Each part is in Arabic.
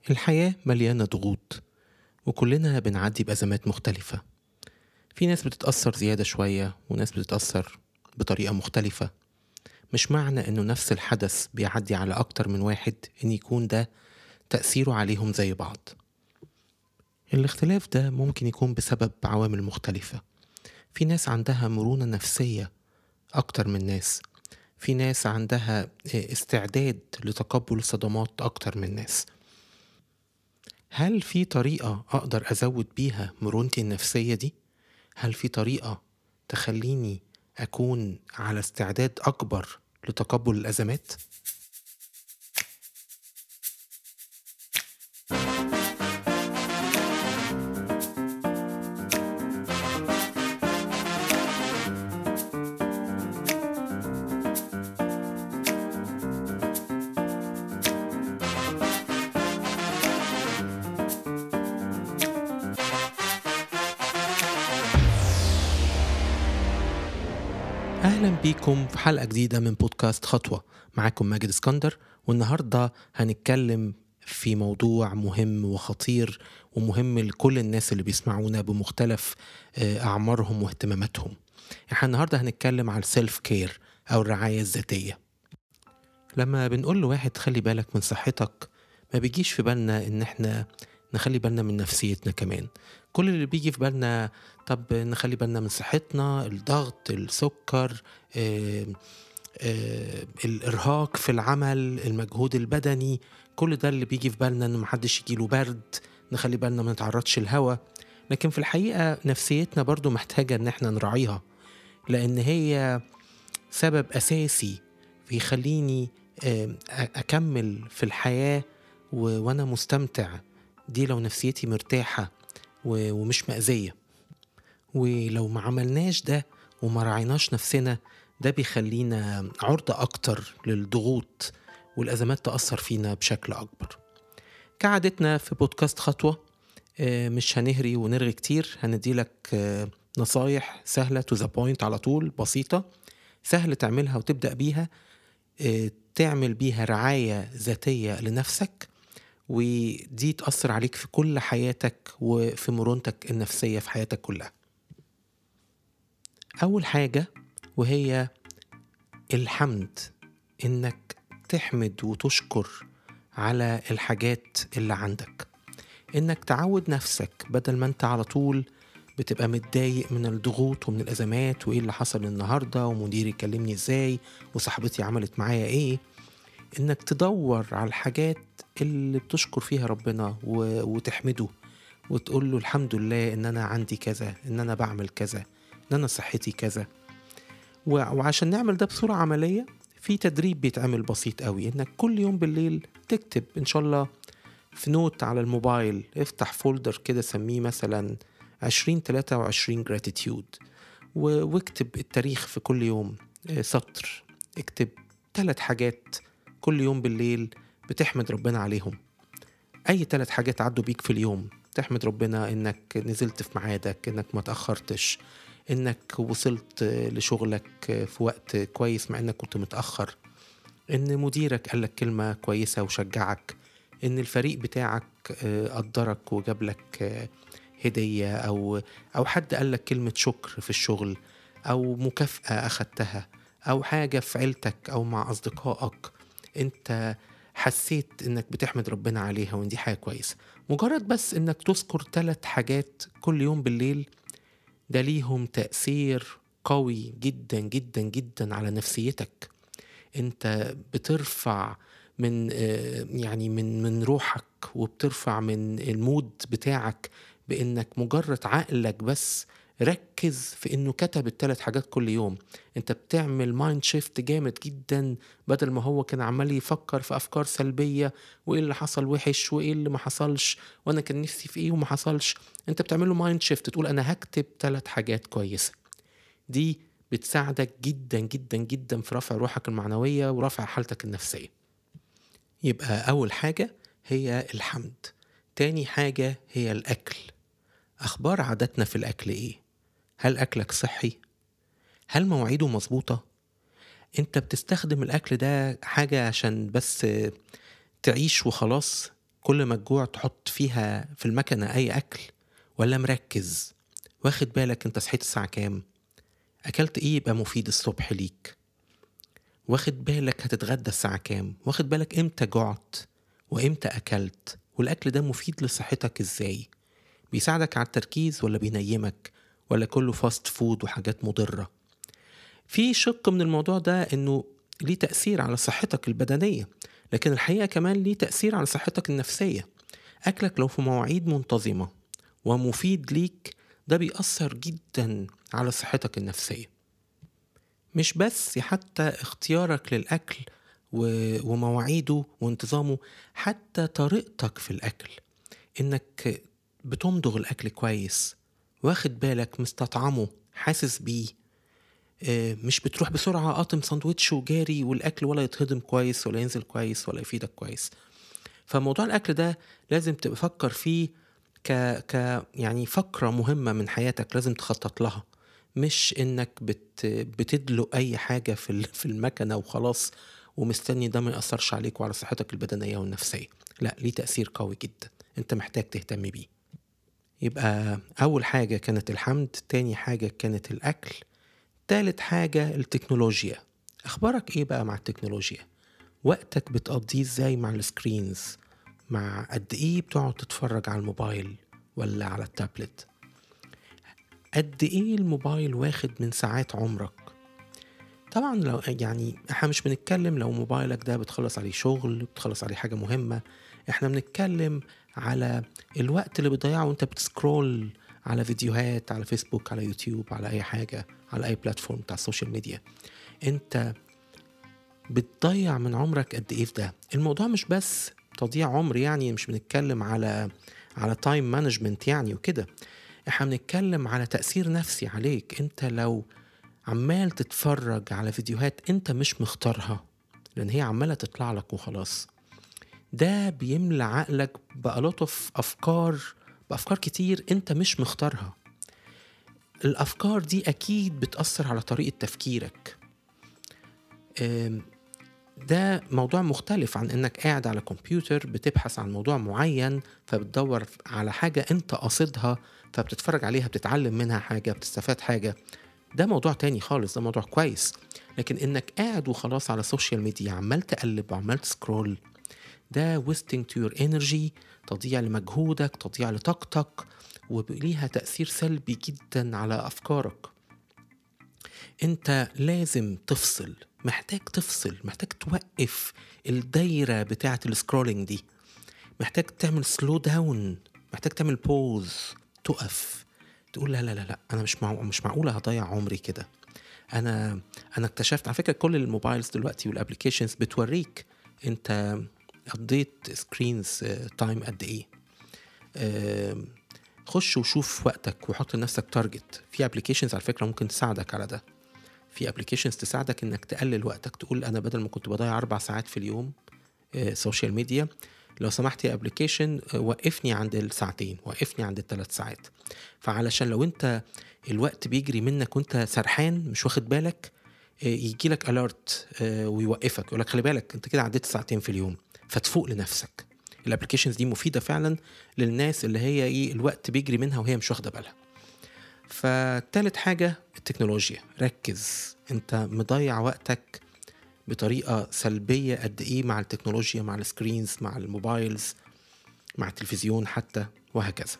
الحياة مليانة ضغوط، وكلنا بنعدي بأزمات مختلفة. في ناس بتتأثر زيادة شوية وناس بتتأثر بطريقة مختلفة. مش معنى انه نفس الحدث بيعدي على اكتر من واحد ان يكون ده تأثيره عليهم زي بعض. الاختلاف ده ممكن يكون بسبب عوامل مختلفة. في ناس عندها مرونة نفسية اكتر من ناس. في ناس عندها استعداد لتقبل الصدمات اكتر من ناس. هل في طريقة أقدر أزود بيها مرونتي النفسية دي؟ هل في طريقة تخليني أكون على استعداد أكبر لتقبل الأزمات؟ أهلا بيكم في حلقة جديدة من بودكاست خطوة. معاكم ماجد اسكندر، والنهاردة هنتكلم في موضوع مهم وخطير ومهم لكل الناس اللي بيسمعونا بمختلف أعمارهم واهتماماتهم. احنا النهاردة هنتكلم على السيلف كير أو الرعاية الذاتية. لما بنقول لواحد خلي بالك من صحتك، ما بيجيش في بالنا ان احنا نخلي بالنا من نفسيتنا كمان. كل اللي بيجي في بالنا طب نخلي بالنا من صحتنا، الضغط، السكر، الإرهاق في العمل، المجهود البدني، كل ده اللي بيجي في بالنا انه محدش يجيله برد، نخلي بالنا ما نتعرضش الهوا. لكن في الحقيقة نفسيتنا برضو محتاجة ان احنا نراعيها، لان هي سبب أساسي بيخليني أكمل في الحياة وأنا مستمتع. دي لو نفسيتي مرتاحة ومش مأذية. ولو ما عملناش ده وما رعيناش نفسنا، ده بيخلينا عرضة أكتر للضغوط والأزمات تأثر فينا بشكل أكبر. كعادتنا في بودكاست خطوة، مش هنهري ونرغي كتير، هنديلك نصايح سهلة to the point على طول، بسيطة، سهل تعملها وتبدأ بيها، تعمل بيها رعاية ذاتية لنفسك، ودي تأثر عليك في كل حياتك وفي مرونتك النفسية في حياتك كلها. أول حاجة وهي الحمد، إنك تحمد وتشكر على الحاجات اللي عندك. إنك تعود نفسك بدل ما أنت على طول بتبقى متضايق من الضغوط ومن الأزمات وإيه اللي حصل النهاردة ومديري كلمني إزاي وصاحبتي عملت معايا إيه، إنك تدور على الحاجات اللي بتشكر فيها ربنا وتحمده وتقول له الحمد لله إن أنا عندي كذا، إن أنا بعمل كذا، إن أنا صحتي كذا. وعشان نعمل ده بصورة عملية، في تدريب بيتعمل بسيط قوي، إنك كل يوم بالليل تكتب إن شاء الله في نوت على الموبايل، افتح فولدر كده سميه مثلا 2023 gratitude، واكتب التاريخ في كل يوم سطر. اكتب 3 حاجات كل يوم بالليل بتحمد ربنا عليهم. أي 3 حاجات عدوا بيك في اليوم تحمد ربنا، إنك نزلت في ميعادك، إنك ما تأخرتش، إنك وصلت لشغلك في وقت كويس مع إنك كنت متأخر، إن مديرك قالك كلمة كويسة وشجعك، إن الفريق بتاعك قدرك وجاب لك هدية، أو حد قالك كلمة شكر في الشغل، أو مكافأة أخدتها، أو حاجة في عيلتك أو مع أصدقائك أنت حسيت إنك بتحمد ربنا عليها وإن دي حاجة كويسة. مجرد بس إنك تذكر 3 حاجات كل يوم بالليل، ده ليهم تأثير قوي جدا جدا جدا على نفسيتك. انت بترفع من يعني من روحك، وبترفع من المود بتاعك، بانك مجرد عقلك بس ركز في انه كتب ال3 حاجات كل يوم. انت بتعمل مايند شيفت جامد جدا، بدل ما هو كان عمال يفكر في افكار سلبية وايه اللي حصل وحش وايه اللي ما حصلش وانا كان نفسي في ايه وما حصلش. انت بتعمله مايند شيفت، تقول انا هكتب 3 حاجات كويسة. دي بتساعدك جدا جدا جدا في رفع روحك المعنوية ورفع حالتك النفسية. يبقى أول حاجة هي الحمد. تاني حاجة هي الأكل. أخبار عاداتنا في الأكل إيه؟ هل أكلك صحي؟ هل مواعيده مظبوطة؟ أنت بتستخدم الأكل ده حاجة عشان بس تعيش وخلاص؟ كل ما تجوع تحط فيها في المكنة أي أكل، ولا مركز واخد بالك أنت صحيت الساعة كام، أكلت إيه يبقى مفيد الصبح ليك، واخد بالك هتتغدى الساعة كام، واخد بالك إمتى جعت وإمتى أكلت، والأكل ده مفيد لصحتك إزاي، بيساعدك على التركيز ولا بينيمك، ولا كله فاست فود وحاجات مضرة. في شق من الموضوع ده إنه ليه تأثير على صحتك البدنية، لكن الحقيقة كمان ليه تأثير على صحتك النفسية. أكلك لو في مواعيد منتظمة ومفيد ليك، ده بيأثر جدا على صحتك النفسية. مش بس حتى اختيارك للأكل ومواعيده وانتظامه، حتى طريقتك في الأكل، إنك بتمضغ الأكل كويس، واخد بالك مستطعمه حاسس بيه، مش بتروح بسرعة قاطم ساندويتش وجاري والأكل ولا يتهضم كويس ولا ينزل كويس ولا يفيدك كويس. فموضوع الأكل ده لازم تفكر فيه يعني فقرة مهمة من حياتك، لازم تخطط لها، مش إنك بتدلق أي حاجة في المكنة وخلاص ومستني ده ما يأثرش عليك وعلى صحتك البدنية والنفسية. لا، ليه تأثير قوي جدا، أنت محتاج تهتم بيه. يبقى أول حاجة كانت الحمد، تاني حاجة كانت الأكل، تالت حاجة التكنولوجيا. أخبارك إيه بقى مع التكنولوجيا؟ وقتك بتقضيه إزاي مع السكرينز؟ مع قد إيه بتقعد تتفرج على الموبايل ولا على التابلت؟ قد إيه الموبايل واخد من ساعات عمرك؟ طبعا لو يعني احنا مش بنتكلم لو موبايلك ده بتخلص عليه شغل، بتخلص عليه حاجة مهمة، احنا بنتكلم على الوقت اللي بتضيعه وانت بتسكرول على فيديوهات على فيسبوك، على يوتيوب، على اي حاجة، على اي بلاتفورم بتاع السوشيال ميديا. انت بتضيع من عمرك قد ايه في ده؟ الموضوع مش بس تضييع عمر، يعني مش بنتكلم على تايم مانجمنت يعني وكده، احنا بنتكلم على تأثير نفسي عليك. انت لو عمال تتفرج على فيديوهات انت مش مختارها، لان هي عمالة تطلع لك وخلاص، ده بيملى عقلك بألطف بأفكار كتير انت مش مختارها. الأفكار دي أكيد بتأثر على طريقة تفكيرك. ده موضوع مختلف عن انك قاعد على كمبيوتر بتبحث عن موضوع معين، فبتدور على حاجة انت قصدها، فبتتفرج عليها، بتتعلم منها حاجة، بتستفاد حاجة. ده موضوع تاني خالص، ده موضوع كويس. لكن انك قاعد وخلاص على السوشيال ميديا عمال تقلب وعمال تسكرول، ده wasting to your energy، تضييع لمجهودك، تضييع لطاقتك، وليها تأثير سلبي جدا على أفكارك. انت لازم تفصل، محتاج تفصل، محتاج توقف الدايرة بتاعة السكرولينج دي، محتاج تعمل سلو داون، محتاج تعمل بوز، تقف، تقول لا لا لا لا، انا مش معقولة هضيع عمري كده. انا اكتشفت على فكرة كل الموبايلز دلوقتي والابليكيشنز بتوريك انت قضيت سكرينز تايم قد ايه. خش وشوف وقتك وحط لنفسك تارجت. في ابليكيشنز على فكرة ممكن تساعدك على ده، في ابليكيشنز تساعدك انك تقلل وقتك، تقول انا بدل ما كنت بضيع 4 ساعات في اليوم سوشيال ميديا، لو سمحت يا ابليكيشن وقفني عند الساعتين، وقفني عند ال3 ساعات. فعلشان لو انت الوقت بيجري منك وانت سرحان مش واخد بالك، يجي لك الارت ويوقفك، يقول لك خلي بالك انت كده عديت 2 ساعات في اليوم، فتفوق لنفسك. الابليكيشنز دي مفيدة فعلا للناس اللي هي الوقت بيجري منها وهي مش واخدة بالها. فتالت حاجة التكنولوجيا. ركز، انت مضيع وقتك بطريقة سلبية قد ايه مع التكنولوجيا، مع السكرينز، مع الموبايلز، مع التلفزيون حتى، وهكذا.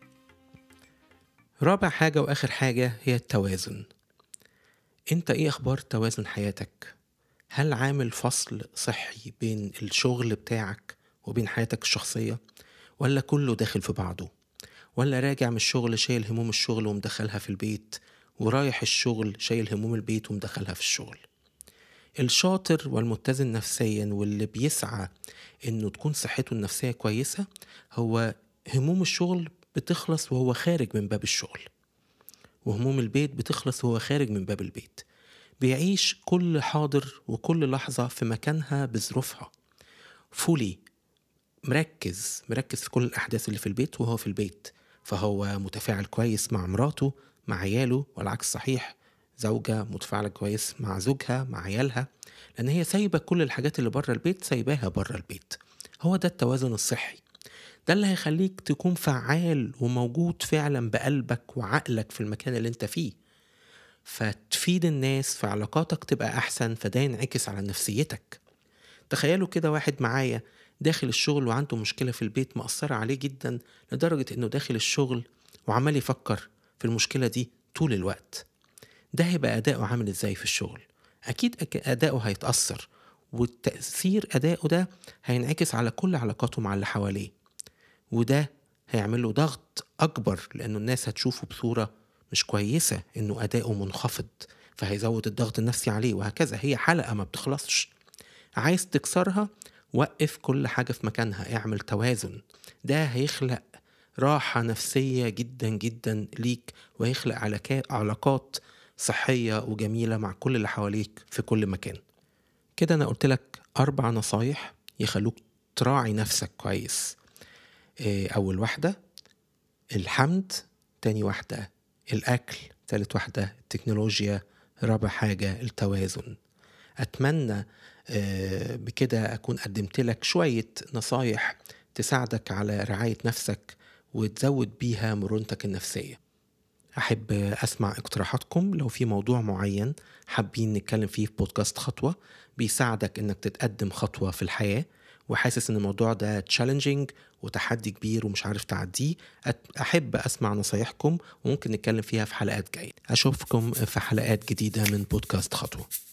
رابع حاجة واخر حاجة هي التوازن. انت ايه اخبار توازن حياتك؟ هل عامل فصل صحي بين الشغل بتاعك وبين حياتك الشخصية، ولا كله داخل في بعضه؟ ولا راجع من الشغل شايل هموم الشغل ومدخلها في البيت، ورايح الشغل شايل هموم البيت ومدخلها في الشغل؟ الشاطر والمتزن نفسيا واللي بيسعى انه تكون صحته النفسية كويسة، هو هموم الشغل بتخلص وهو خارج من باب الشغل، وهموم البيت بتخلص وهو خارج من باب البيت. بيعيش كل حاضر وكل لحظة في مكانها بظروفها، فولي مركز في كل الأحداث اللي في البيت وهو في البيت. فهو متفاعل كويس مع مراته، مع عياله، والعكس صحيح، زوجة متفاعلة كويس مع زوجها، مع عيالها، لأن هي سايبة كل الحاجات اللي بره البيت، سايباها بره البيت. هو ده التوازن الصحي. ده اللي هيخليك تكون فعال وموجود فعلا بقلبك وعقلك في المكان اللي انت فيه، فتفيد الناس، في علاقاتك تبقى أحسن، فده ينعكس على نفسيتك. تخيلوا كده واحد معايا داخل الشغل وعنده مشكلة في البيت مأثرة عليه جدا، لدرجة انه داخل الشغل وعمال يفكر في المشكلة دي طول الوقت. ده هيبقى أداؤه عامل ازاي في الشغل؟ أكيد أداؤه هيتأثر، والتأثير أداؤه ده هينعكس على كل علاقاته مع اللي حواليه، وده هيعمل له ضغط أكبر، لأنه الناس هتشوفه بصورة مش كويسة، إنه أداؤه منخفض، فهيزود الضغط النفسي عليه، وهكذا. هي حلقة ما بتخلصش. عايز تكسرها؟ وقف كل حاجة في مكانها، اعمل توازن. ده هيخلق راحة نفسية جدا جدا ليك، وهيخلق علاقات صحية وجميلة مع كل اللي حواليك في كل مكان. كده أنا قلت لك 4 نصايح يخلوك تراعي نفسك كويس. أول واحدة الحمد، تاني واحدة الأكل، تالت واحدة التكنولوجيا، رابع حاجة التوازن. أتمنى بكده أكون قدمت لك شوية نصايح تساعدك على رعاية نفسك وتزود بيها مرونتك النفسية. أحب أسمع اقتراحاتكم لو في موضوع معين حابين نتكلم فيه في بودكاست خطوة بيساعدك إنك تتقدم خطوة في الحياة، وحاسس إن الموضوع ده تشالنجينج وتحدي كبير ومش عارف تعديه. أحب أسمع نصايحكم وممكن نتكلم فيها في حلقات جاية. أشوفكم في حلقات جديدة من بودكاست خطوة.